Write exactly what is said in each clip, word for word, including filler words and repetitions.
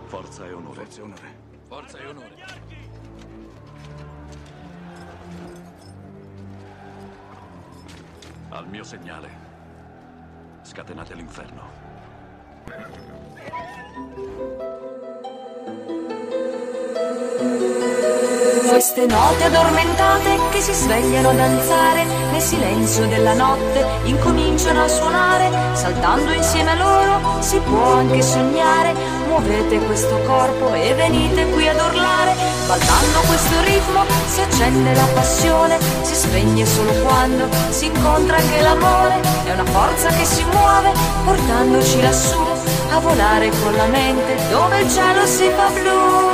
Forza e onore. Forza e onore. Forza e onore. Al mio segnale, scatenate l'inferno. Queste note addormentate che si svegliano a danzare nel silenzio della notte incominciano a suonare, saltando insieme a loro si può anche sognare. Muovete questo corpo e venite qui ad urlare, ballando questo ritmo si accende la passione, si spegne solo quando si incontra anche l'amore. È una forza che si muove portandoci lassù a volare con la mente dove il cielo si fa blu.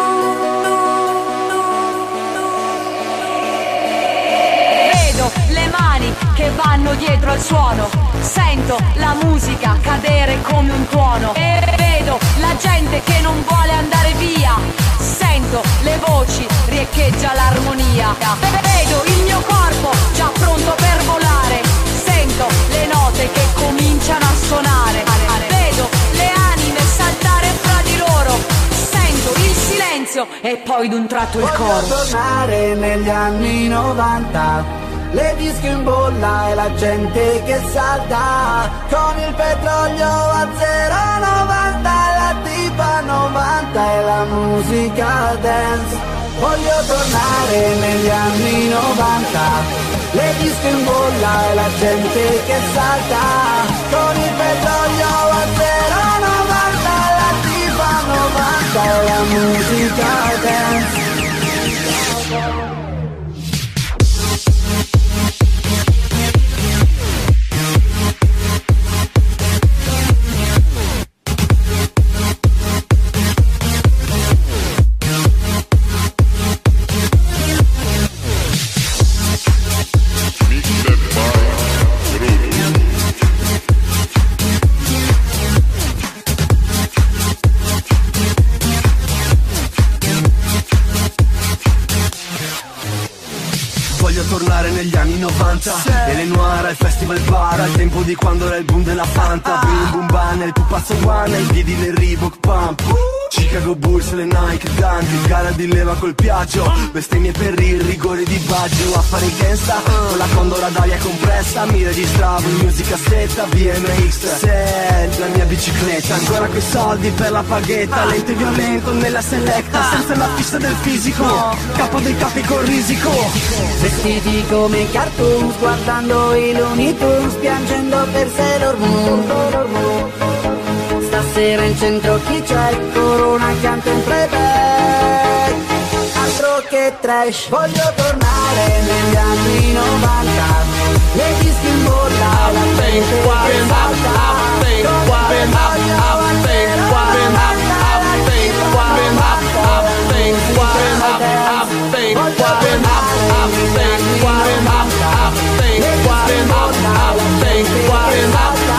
Le mani che vanno dietro al suono, sento la musica cadere come un tuono e vedo la gente che non vuole andare via, sento le voci, riecheggia l'armonia, vedo il mio corpo già pronto per volare, sento le note che cominciano a suonare, vedo le anime saltare fra di loro, sento il silenzio e poi d'un tratto il coro. Voglio tornare negli anni novanta, le disco in bolla e la gente che salta, con il petrolio a zero virgola novanta, la tipa novanta e la musica dance. Voglio tornare negli anni novanta, le disco in bolla e la gente che salta, con il petrolio a zero virgola novanta, la tipa novanta e la musica dance. Tornare negli anni novanta e le Noir al festival bar, al tempo di quando era il boom della Fanta. Bim bum ban, il pupazzo one, i piedi del Reebok Pump, Chicago Bulls, le Nike Dunk, gara di leva col Piaggio, bestemmie per il rigore di Baggio. A fare il gangsta con la Condor ad aria compressa, mi registravo in musica stretta, B M X set, la mia bicicletta, ancora quei soldi per la paghetta, lento e violento nella selecta, senza la fissa del fisico, capo dei capi col risico, vestiti come cartoon, guardando i Looney Tunes, piangendo per Sailor Moon. Stasera in centro chi c'è? Corona canta in playback, altro che trash. Voglio tornare negli anni novanta, le dischi in bolla, la gente che salta, con il petrolio a zero novanta, la tipa novanta, voglio tornare negli anni novanta, le dischi in bolla, la gente che salta,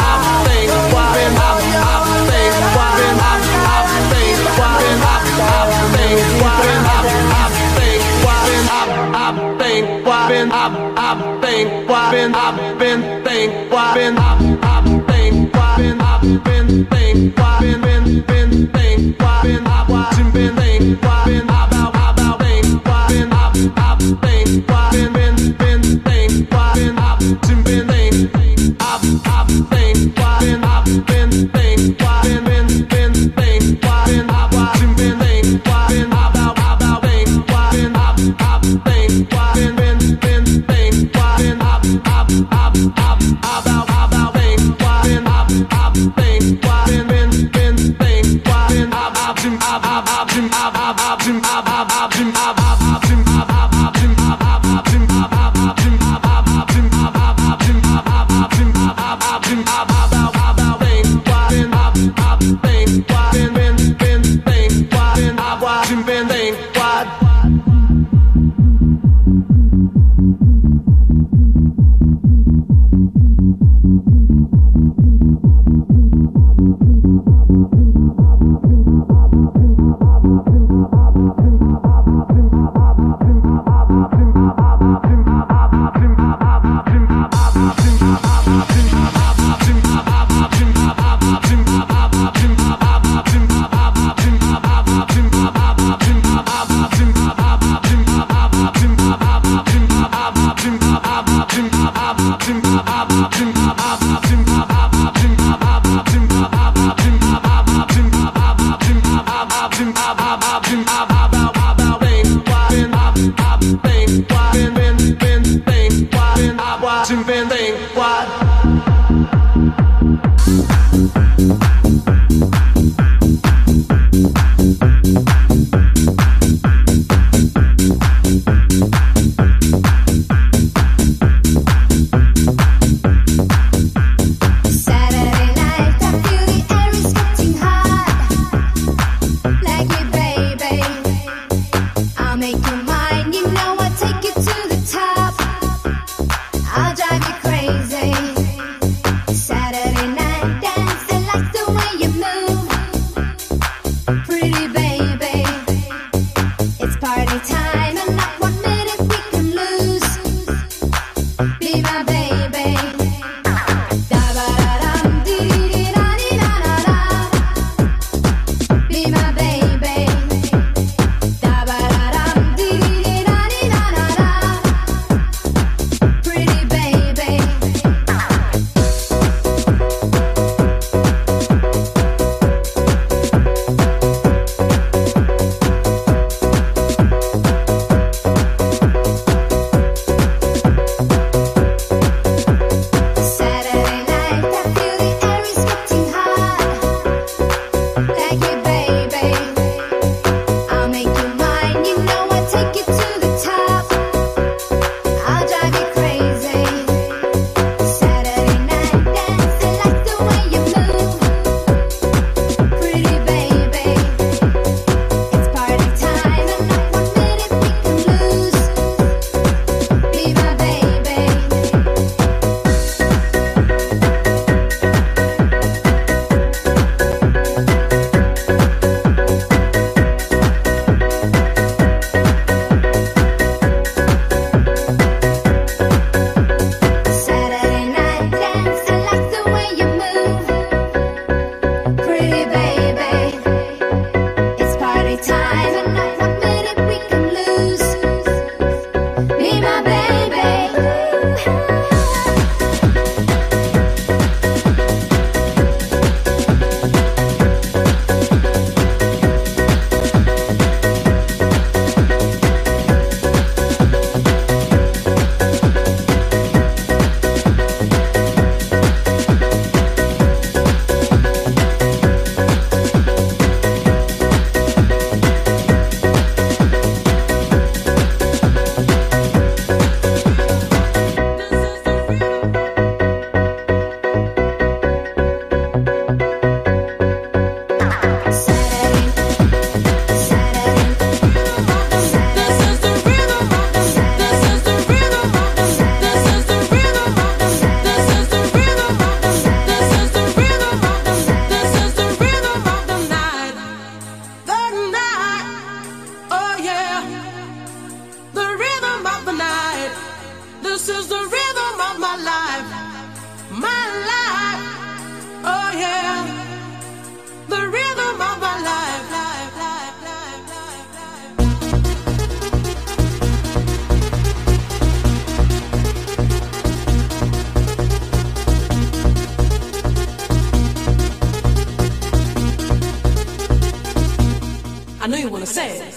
I know you wanna say it.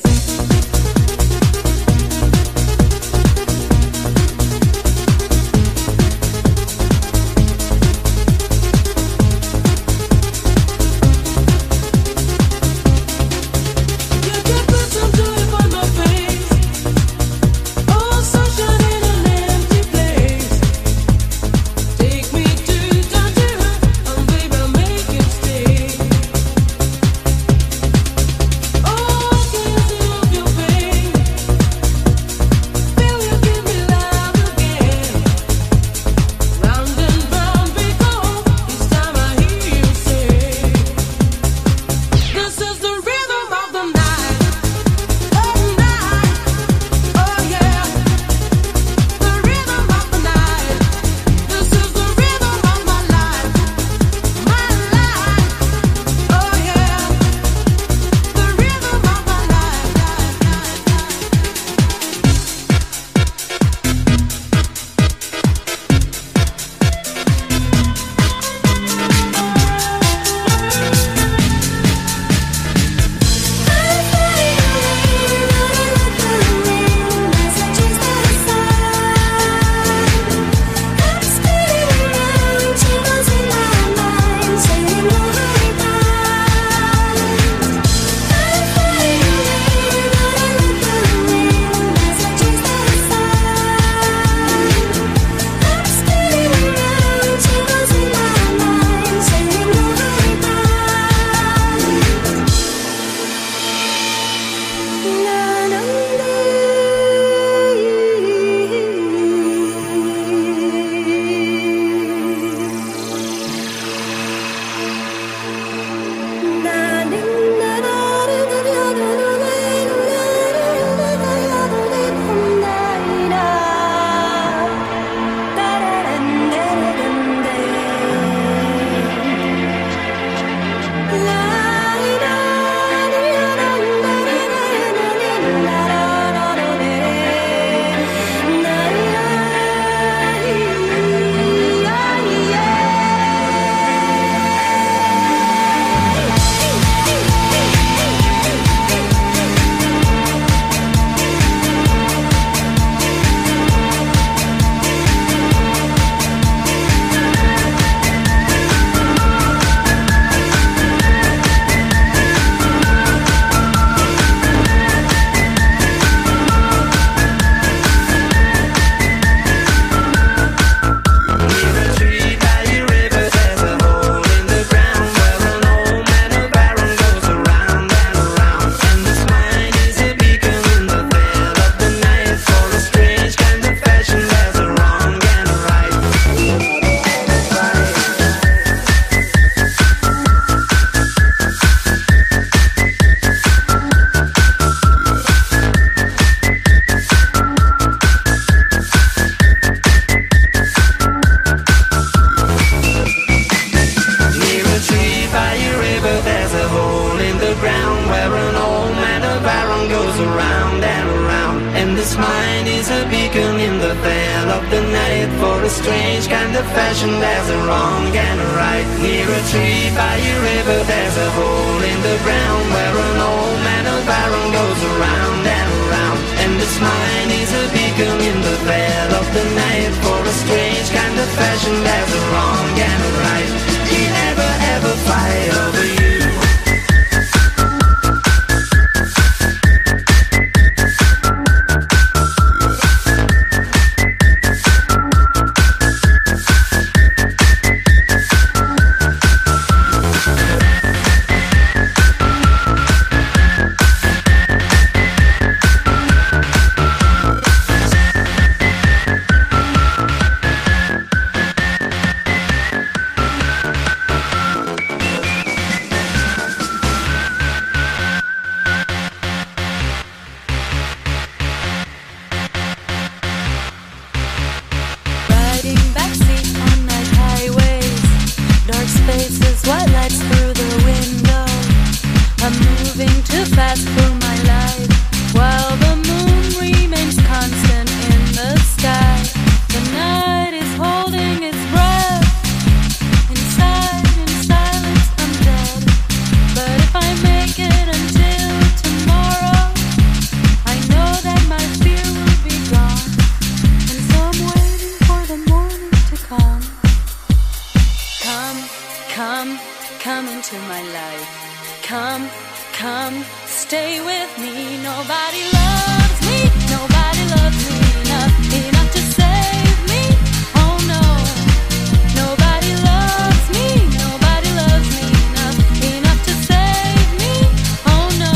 faces, white lights through the window. I'm moving too fast for my life, while the moon remains constant in the sky. The night is holding its breath. Inside, in silence, I'm dead. But if I make it until tomorrow, I know that my fear will be gone. And so I'm waiting for the morning to come. Come, come, come into my life. Come, come, stay with me. Nobody loves me, nobody loves me enough, enough to save me. Oh no, nobody loves me, nobody loves me enough, enough to save me. Oh no.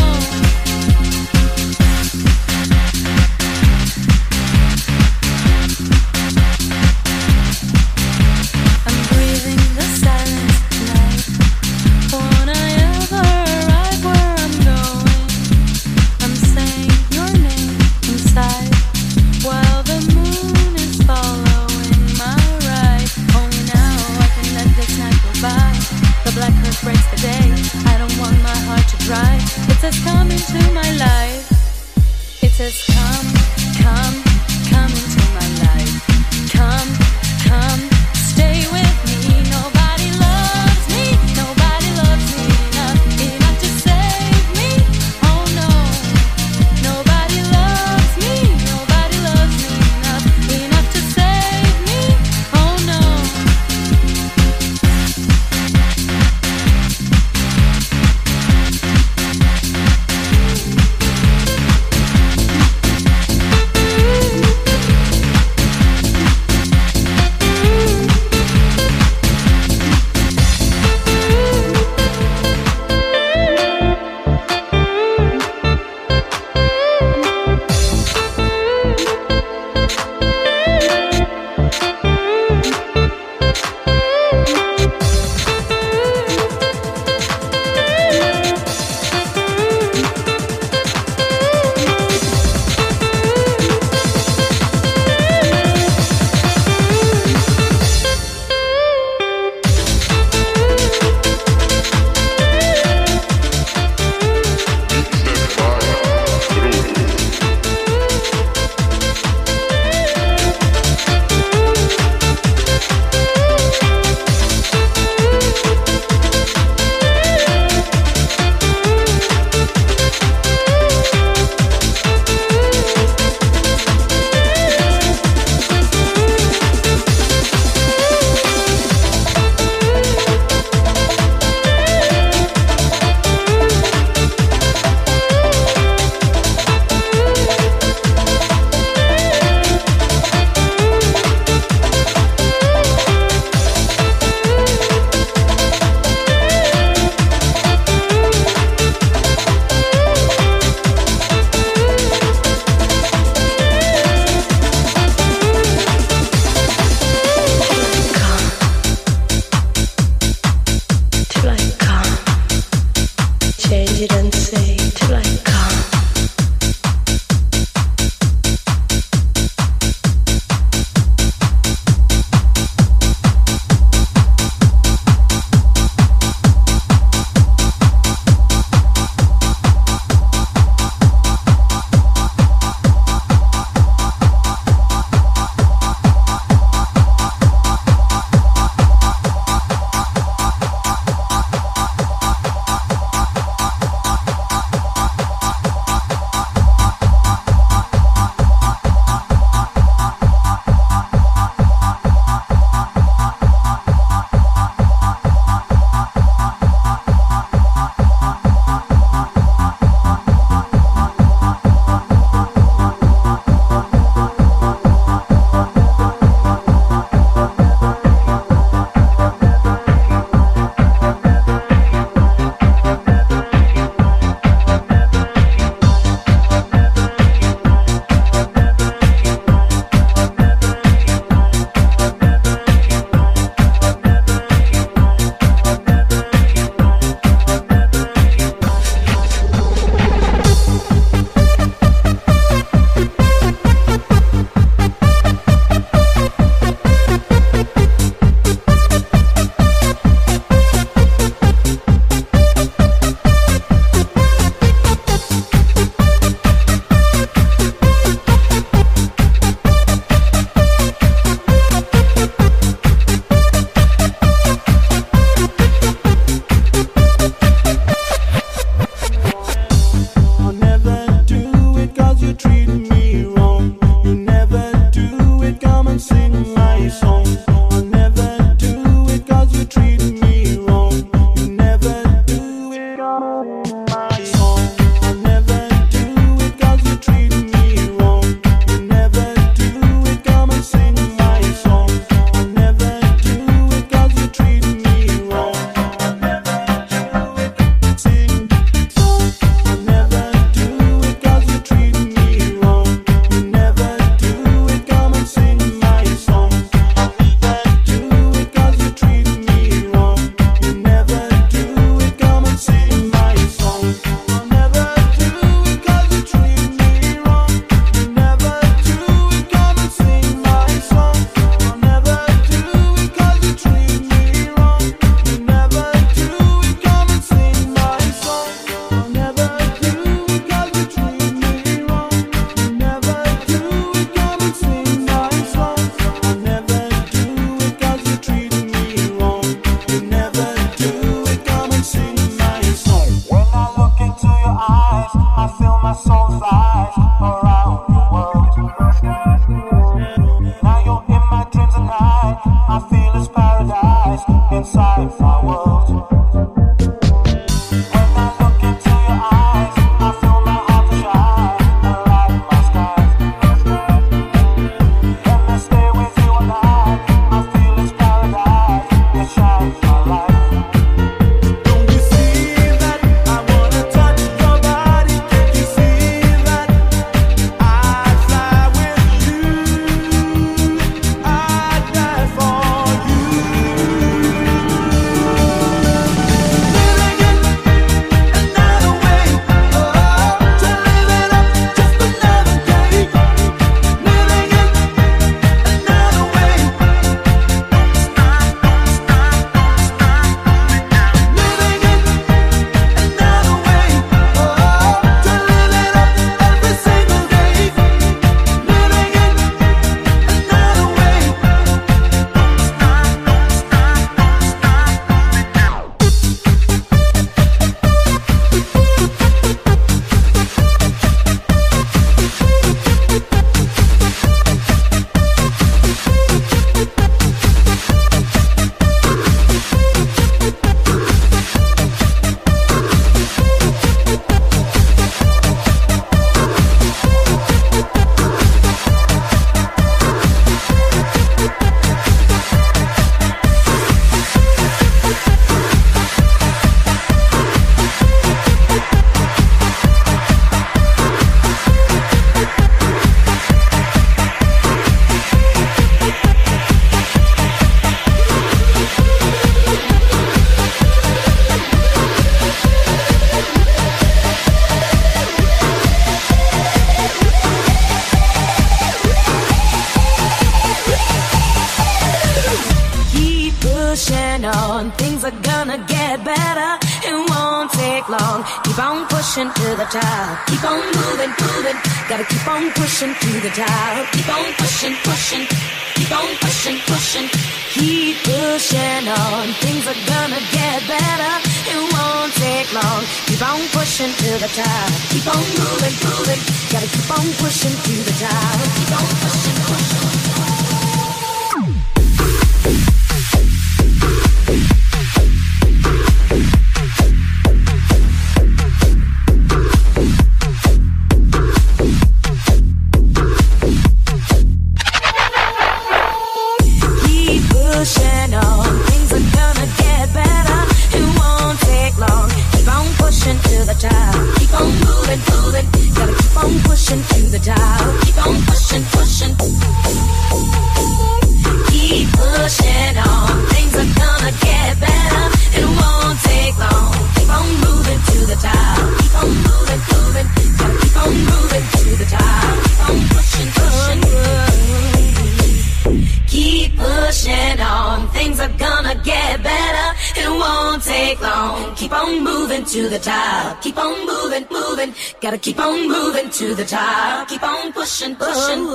I'm breathing the silence tonight. Won't I ever arrive where I'm going? I'm saying your name inside. and sing my song. I'll never do it cause you treated me wrong. You never do it, come and sing my song. I'll never do it cause you treated me wrong. You never do it, come and sing my song. I'll never do it cause you treated me wrong. I'll never do it, sing song. I'll never do it cause you treated me wrong. You never do it, come and sing my song. I'll never do it cause you treated me wrong. You never do it, come and sing my song. I'll never do it cause you treated me wrong. You never do it, come and sing my song. I'll never do it cause you treated me wrong. You never do it, come and sing my song. I'll never do it cause you treated me wrong. You never do it, come and sing my song. I'll never do it cause you treated me wrong. You never do it, come and sing my song. When I look into your eyes, I feel my soul fly around the world. Now you're in my dreams at night. I feel it's paradise inside my world. When I look into your eyes, I feel my heart to shine, the light in my sky. Let me stay with you all night. I feel it's paradise, it shines my light. Don't you see that? I wanna touch your body. Can't you see that? I fly with you. I die for you. Living it another way. Oh, to live it up just another day. Living it another way. Don't stop, don't stop, don't stop. Living it another way. Oh, to live it up every single day. Living it another way. Don't stop, don't stop, keep pushing on, things are gonna get better. It won't take long. Keep on pushing to the top. Keep on moving, moving. Gotta keep on pushing to the top. Keep on pushing, pushing. Keep on pushing, pushing. Keep pushing on, things are gonna get better. It won't take long. Keep on pushing to the top. Keep on moving, moving. Gotta keep on pushing to the top. Keep on pushing, pushing. Keep pushing on, things are gonna get better. It won't take long. Keep on pushing to the top. Keep on moving, moving. Gotta keep on pushing to the top. Keep on pushing, pushing. Keep pushing on, things are gonna get better. It won't take long. Keep on moving to the top. Keep on moving, moving. Gotta keep on moving to the top. Keep on pushing, pushing. Keep pushing on, things are gonna get better. It won't take long. Keep on moving to the top. Keep on moving, moving. Gotta keep on moving to the top. Keep on pushing, pushing.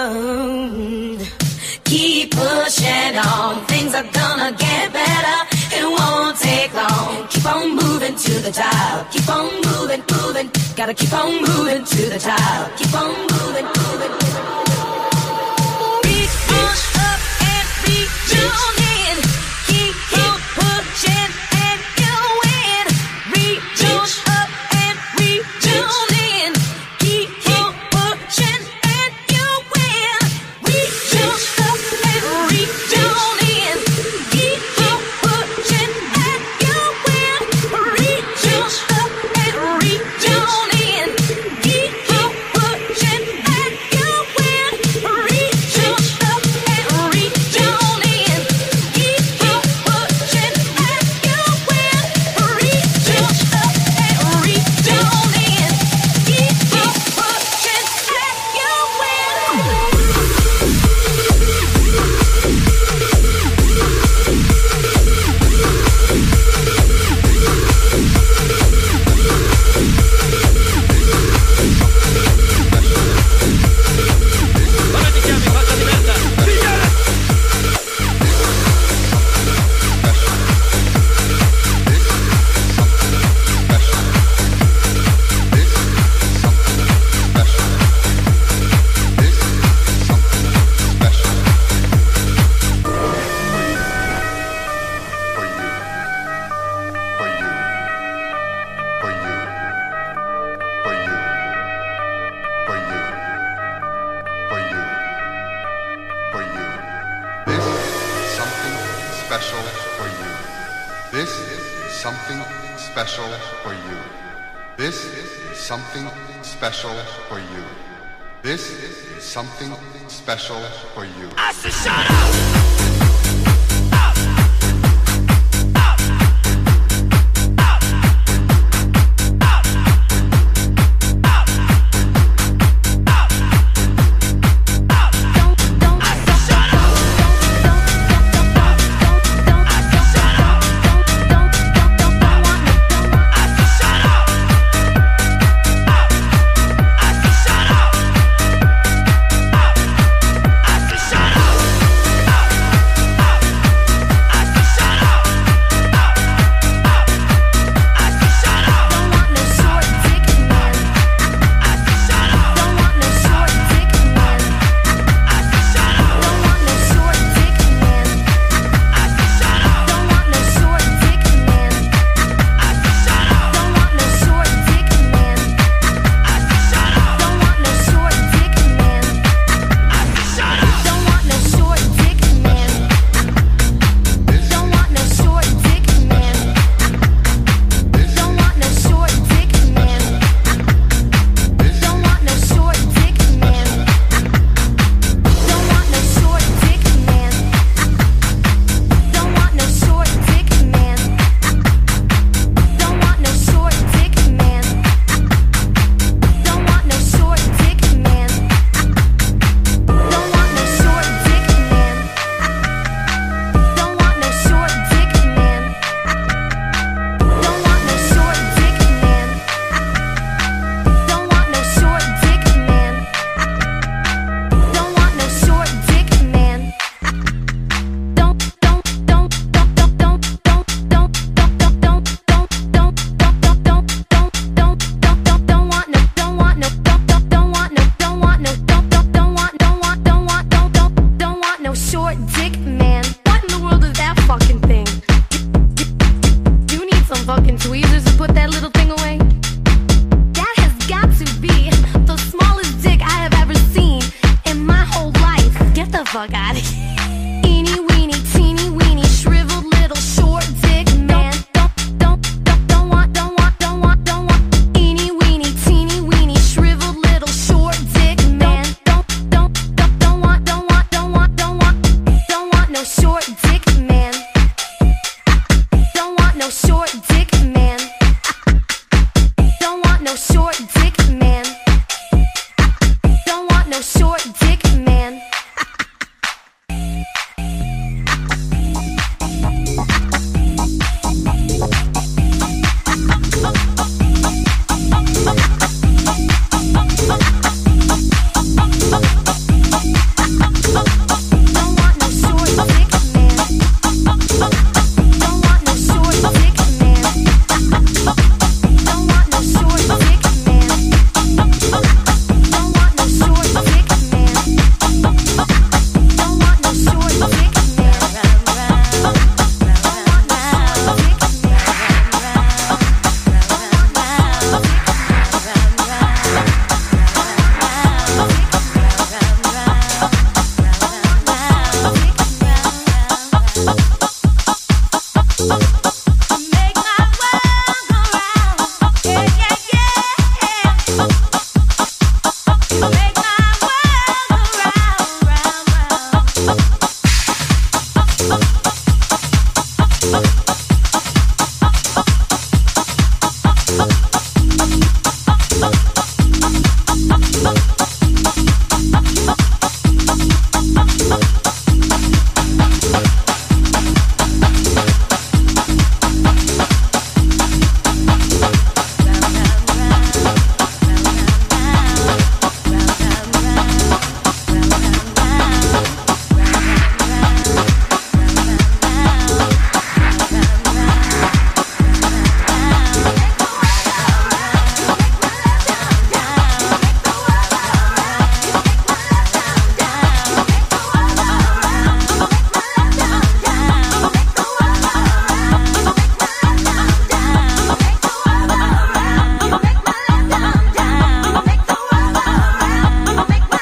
Keep pushing on, things are gonna get better. It won't take long. Keep on moving to the top. Keep on moving, moving. Gotta keep on moving to the top. Keep on moving, moving. Keep on special for you. This is something special for you. This is something special for you. This is something special for you. I said shut up!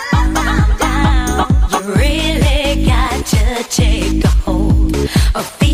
take a hold of the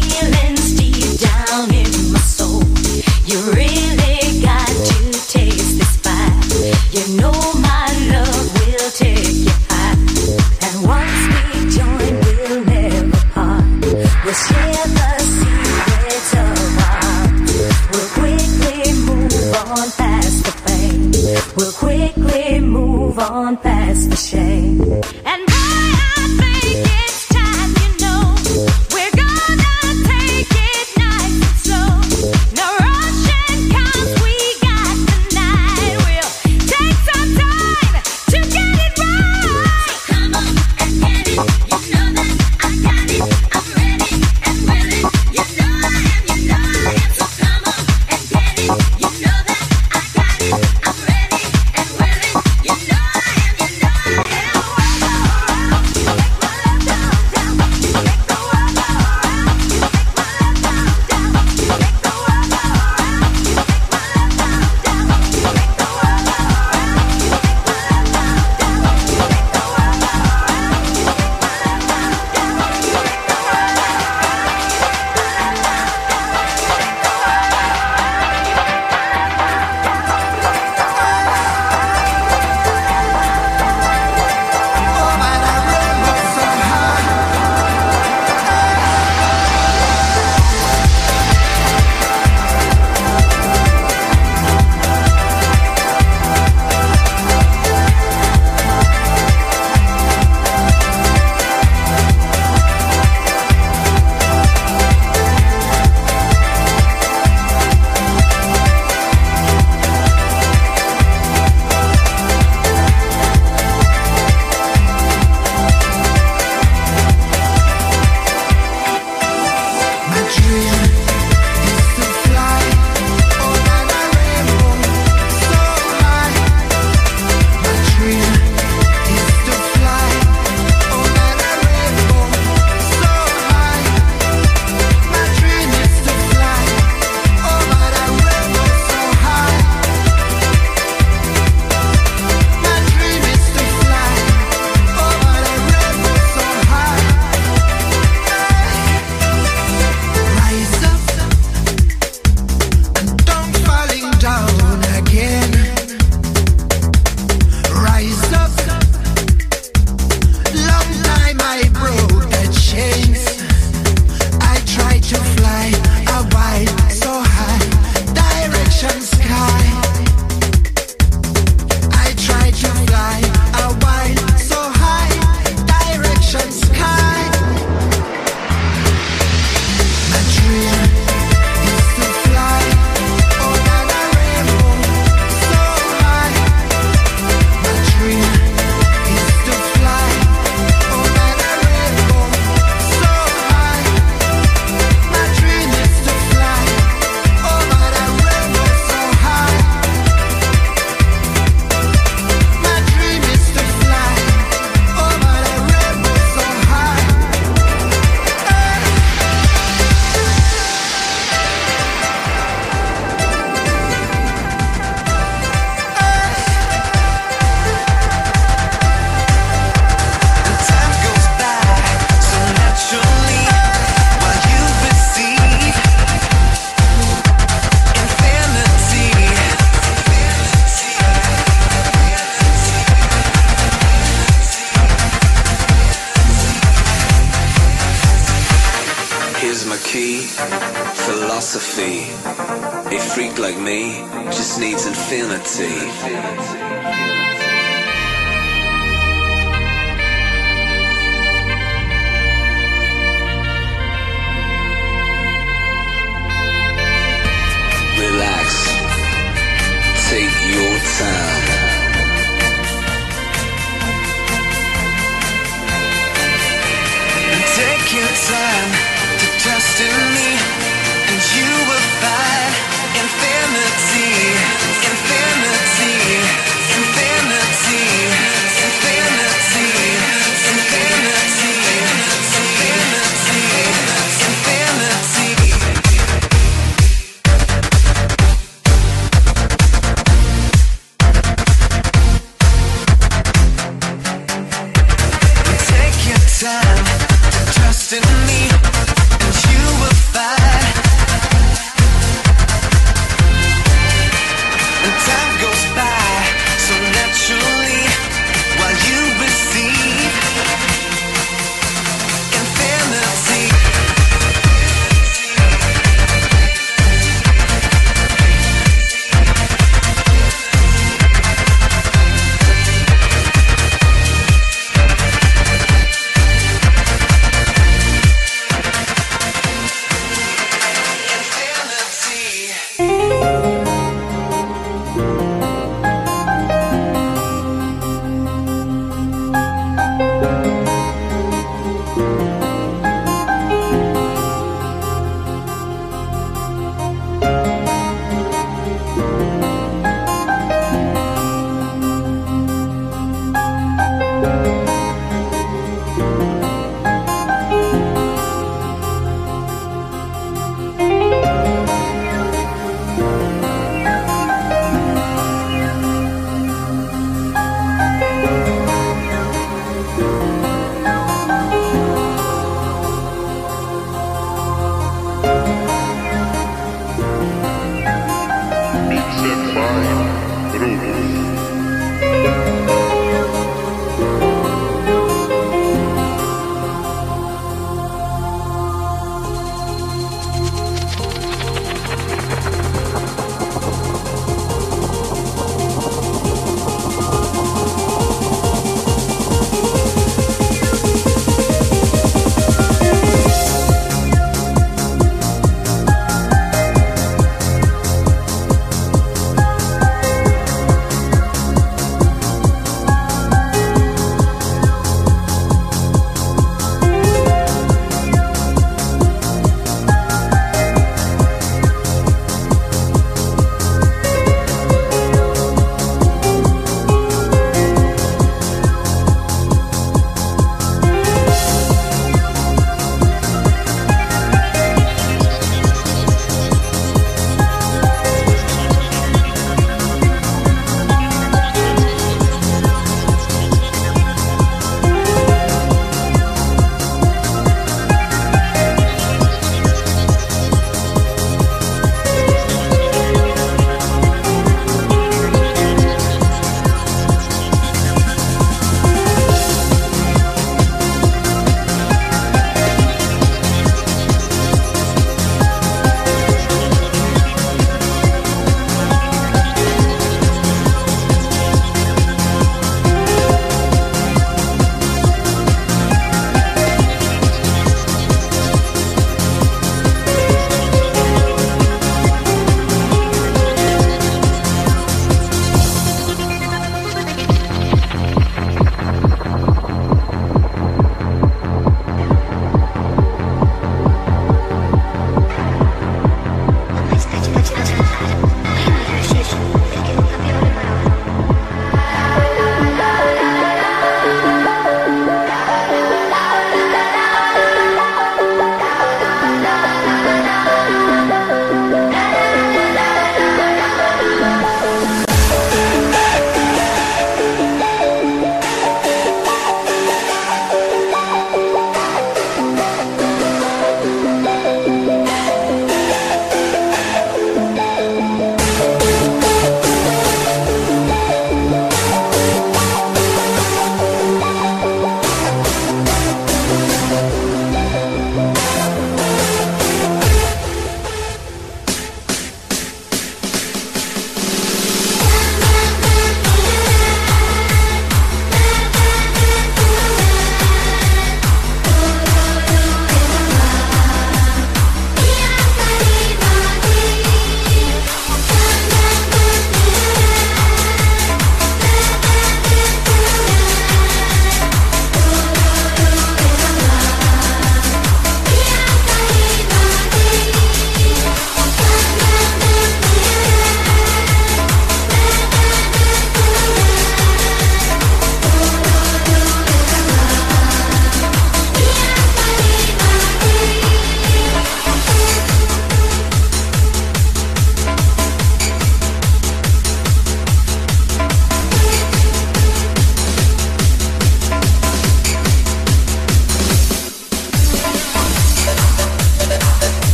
Here's my key, philosophy. A freak like me just needs infinity. Relax, take your time. Take your time to trust in me, and you will find infinity, infinity, infinity, infinity, infinity, infinity, infinity. Take your time to trust in me, and you will find. And time goes by so naturally while you receive infinity.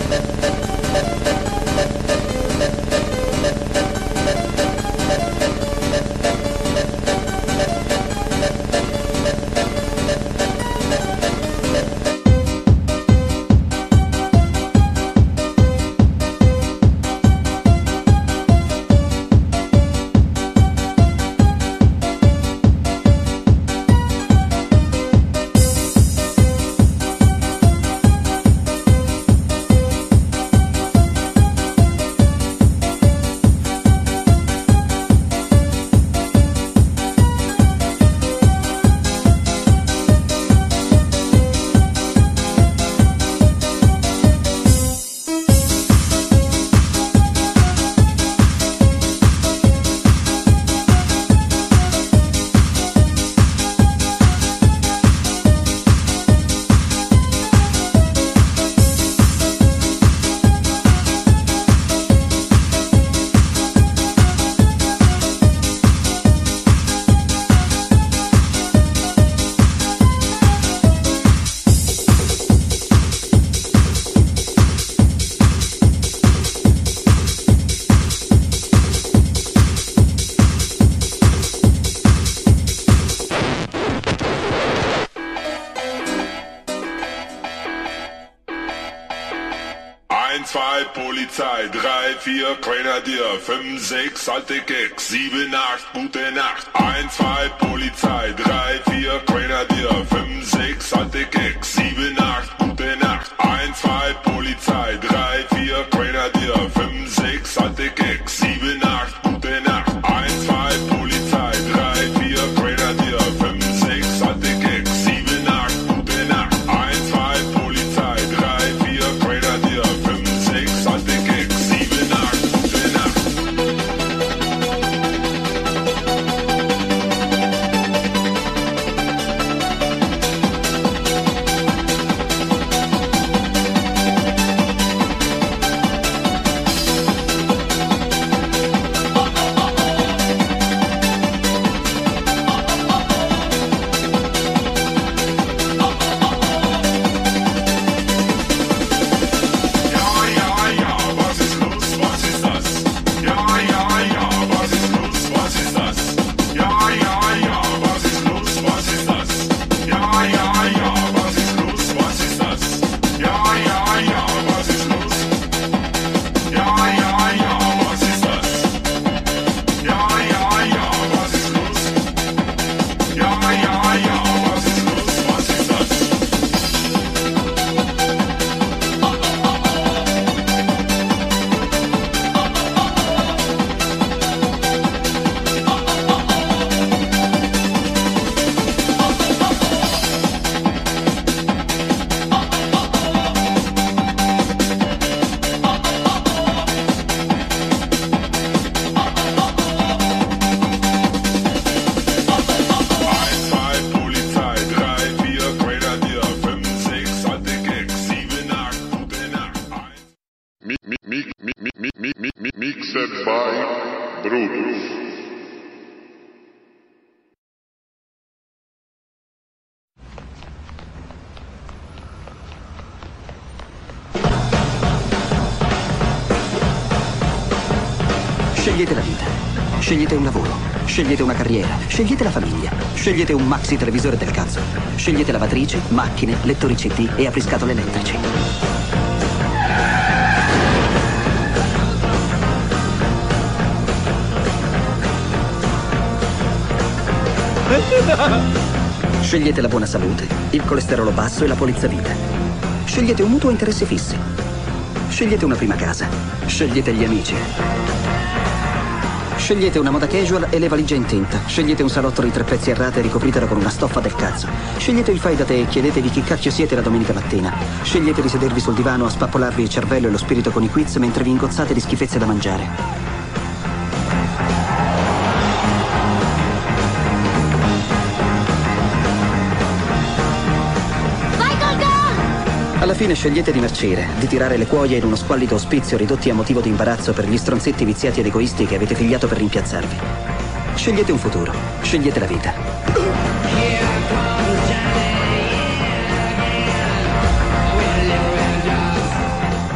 zwei, Polizei, drei, vier, Grenadier, fünf, sechs, alte Keks, sieben, acht, gute Nacht. Eins, zwei, Polizei, drei, vier, Grenadier, fünf, sechs, alte Keks, sieben, acht, gute Nacht. Eins, zwei, Polizei, drei, vier, Grenadier, fünf, sechs, alte Keks, sieben, acht, gute Nacht. Eins, zwei, Polizei, drei, vier, Grenadier, fünf, sechs, alte Keks, sieben, acht, gute Nacht. Eins, zwei, Polizei, drei, vier, Grenadier, fünf, sechs, alte Keks, sieben, acht, gute Nacht. Mixed by Brutus. Scegliete la vita, scegliete un lavoro, scegliete una carriera, scegliete la famiglia, scegliete un maxi televisore del cazzo, scegliete lavatrici, macchine, lettori C D e apriscatole elettrici. Scegliete la buona salute, il colesterolo basso e la polizza vita. Scegliete un mutuo a interessi fissi. Scegliete una prima casa. Scegliete gli amici. Scegliete una moda casual e le valigie in tinta. Scegliete un salotto di tre pezzi a rate e ricopritela con una stoffa del cazzo. Scegliete il fai da te e chiedetevi chi cacchio siete la domenica mattina. Scegliete di sedervi sul divano a spappolarvi il cervello e lo spirito con i quiz mentre vi ingozzate di schifezze da mangiare. Alla fine scegliete di marcire, di tirare le cuoia in uno squallido ospizio ridotti a motivo di imbarazzo per gli stronzetti viziati ed egoisti che avete figliato per rimpiazzarvi. Scegliete un futuro, scegliete la vita.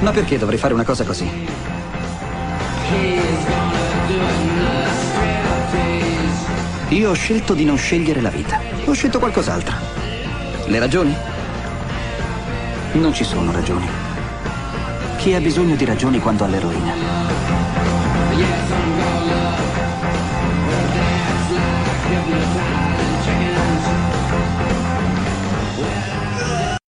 Ma perché dovrei fare una cosa così? Io ho scelto di non scegliere la vita. Ho scelto qualcos'altro. Le ragioni? Non ci sono ragioni. Chi ha bisogno di ragioni quando ha l'eroina?